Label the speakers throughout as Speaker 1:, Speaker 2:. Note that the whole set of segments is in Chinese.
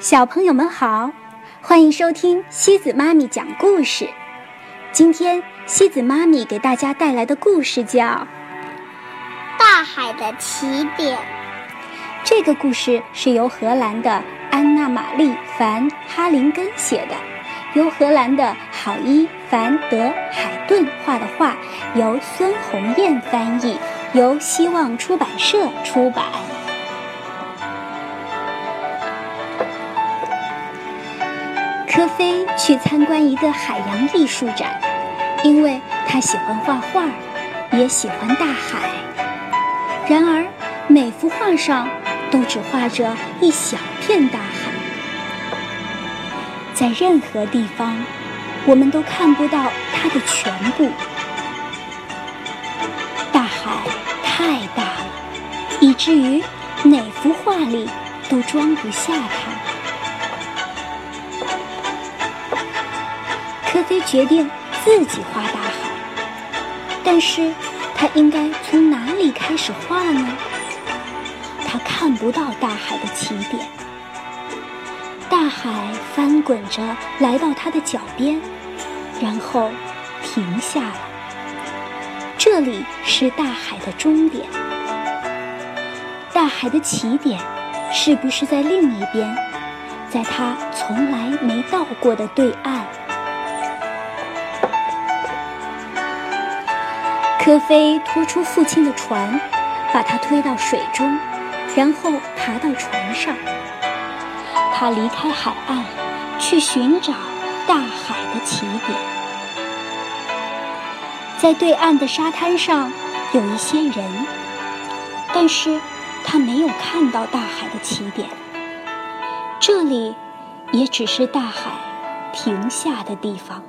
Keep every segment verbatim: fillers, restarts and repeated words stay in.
Speaker 1: 小朋友们好，欢迎收听西子妈咪讲故事。今天西子妈咪给大家带来的故事叫《
Speaker 2: 大海的起点》。
Speaker 1: 这个故事是由荷兰的安娜玛丽·凡哈林根写的，由荷兰的郝伊·凡德海顿画的画，由孙红艳翻译，由希望出版社出版。科菲去参观一个海洋艺术展，因为他喜欢画画，也喜欢大海。然而，每幅画上都只画着一小片大海，在任何地方，我们都看不到它的全部。大海太大了，以至于哪幅画里都装不下它。科菲决定自己画大海，但是他应该从哪里开始画呢？他看不到大海的起点。大海翻滚着来到他的脚边，然后停下了。这里是大海的终点。大海的起点是不是在另一边，在他从来没到过的对岸？科菲拖出父亲的船，把他推到水中，然后爬到船上。他离开海岸，去寻找大海的起点。在对岸的沙滩上有一些人，但是他没有看到大海的起点。这里也只是大海停下的地方。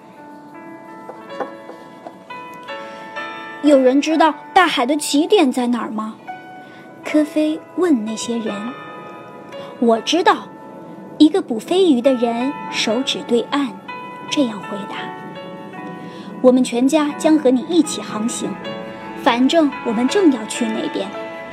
Speaker 1: 有人知道大海的起点在哪儿吗？科菲问那些人。我知道，一个捕飞鱼的人手指对岸，这样回答。我们全家将和你一起航行，反正我们正要去那边。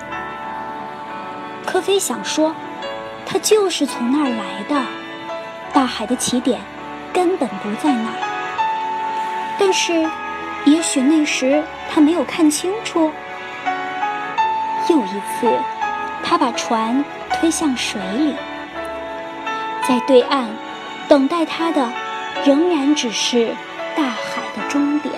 Speaker 1: 科菲想说，他就是从那儿来的，大海的起点根本不在那儿。但是也许那时他没有看清楚。又一次，他把船推向水里，在对岸等待他的仍然只是大海的终点。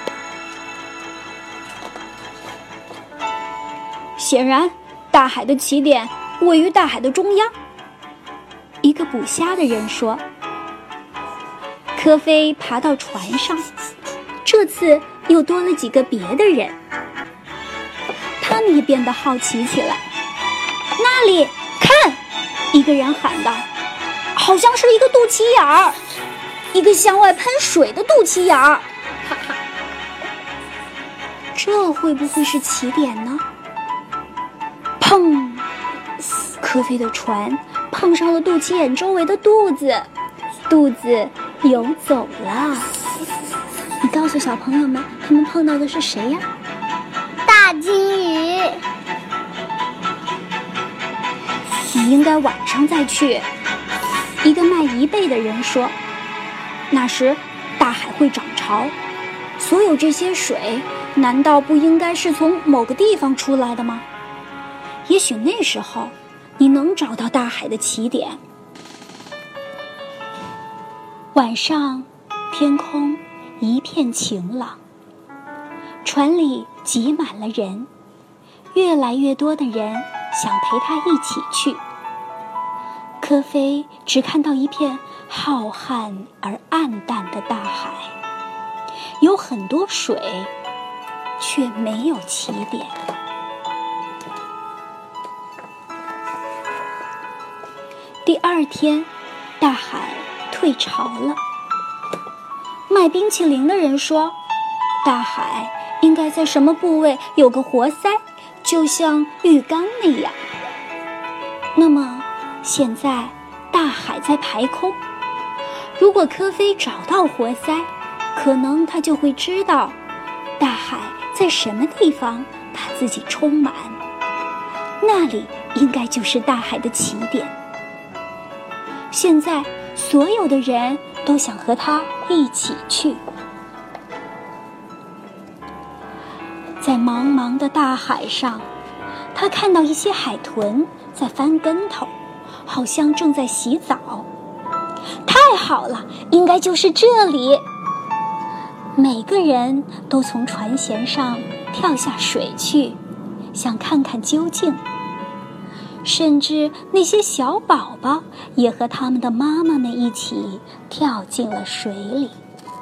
Speaker 1: 显然，大海的起点位于大海的中央。一个捕虾的人说。科菲爬到船上，这次又多了几个别的人，他们也变得好奇起来。那里，看！一个人喊道，好像是一个肚脐眼儿，一个向外喷水的肚脐眼儿。哈哈，这会不会是起点呢？砰！科菲的船碰上了肚脐眼周围的肚子，肚子游走了。你告诉小朋友们，他们碰到的是谁呀？
Speaker 2: 大金鱼。
Speaker 1: 你应该晚上再去。一个卖贻贝的人说，那时大海会涨潮，所有这些水难道不应该是从某个地方出来的吗？也许那时候你能找到大海的起点。晚上天空一片晴朗，船里挤满了人，越来越多的人想陪他一起去。科菲只看到一片浩瀚而暗淡的大海，有很多水，却没有起点。第二天，大海退潮了。卖冰淇淋的人说，大海应该在什么部位有个活塞，就像浴缸那样。那么现在大海在排空，如果科菲找到活塞，可能他就会知道大海在什么地方把自己充满，那里应该就是大海的起点。 现在所有的人都想和他一起去。在茫茫的大海上，他看到一些海豚在翻跟头，好像正在洗澡。太好了，应该就是这里。每个人都从船舷上跳下水去，想看看究竟。甚至那些小宝宝也和他们的妈妈们一起跳进了水里。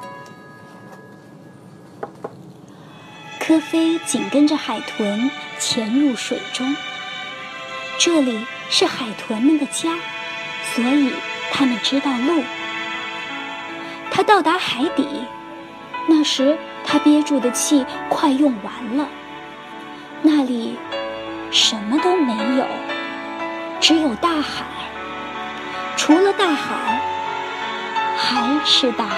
Speaker 1: 科菲紧跟着海豚潜入水中，这里是海豚们的家，所以他们知道路。他到达海底，那时他憋住的气快用完了，那里什么都没有，只有大海，除了大海还是大海。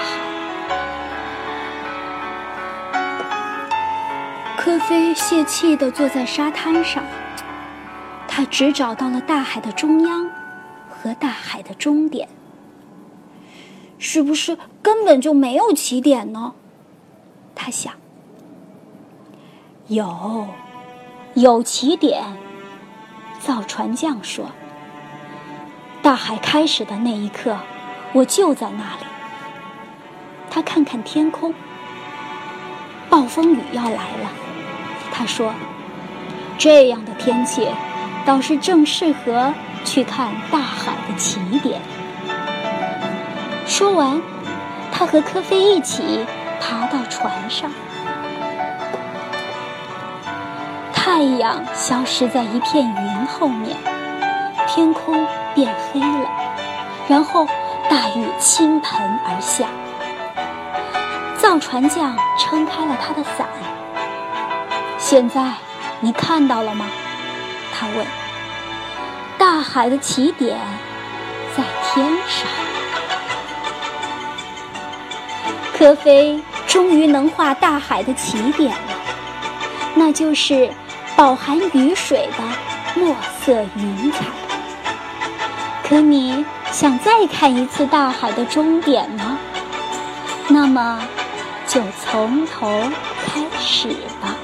Speaker 1: 科菲泄气地坐在沙滩上，他只找到了大海的中央和大海的终点。是不是根本就没有起点呢？他想。有，有起点。造船匠说，大海开始的那一刻，我就在那里。他看看天空，暴风雨要来了。他说，这样的天气倒是正适合去看大海的起点。说完，他和科菲一起爬到船上。太阳消失在一片云后面，天空变黑了，然后大雨倾盆而下。造船匠撑开了他的伞。现在你看到了吗？他问。大海的起点在天上。科菲终于能画大海的起点了，那就是饱含雨水的墨色云彩。可你想再看一次大海的终点吗？那么就从头开始吧。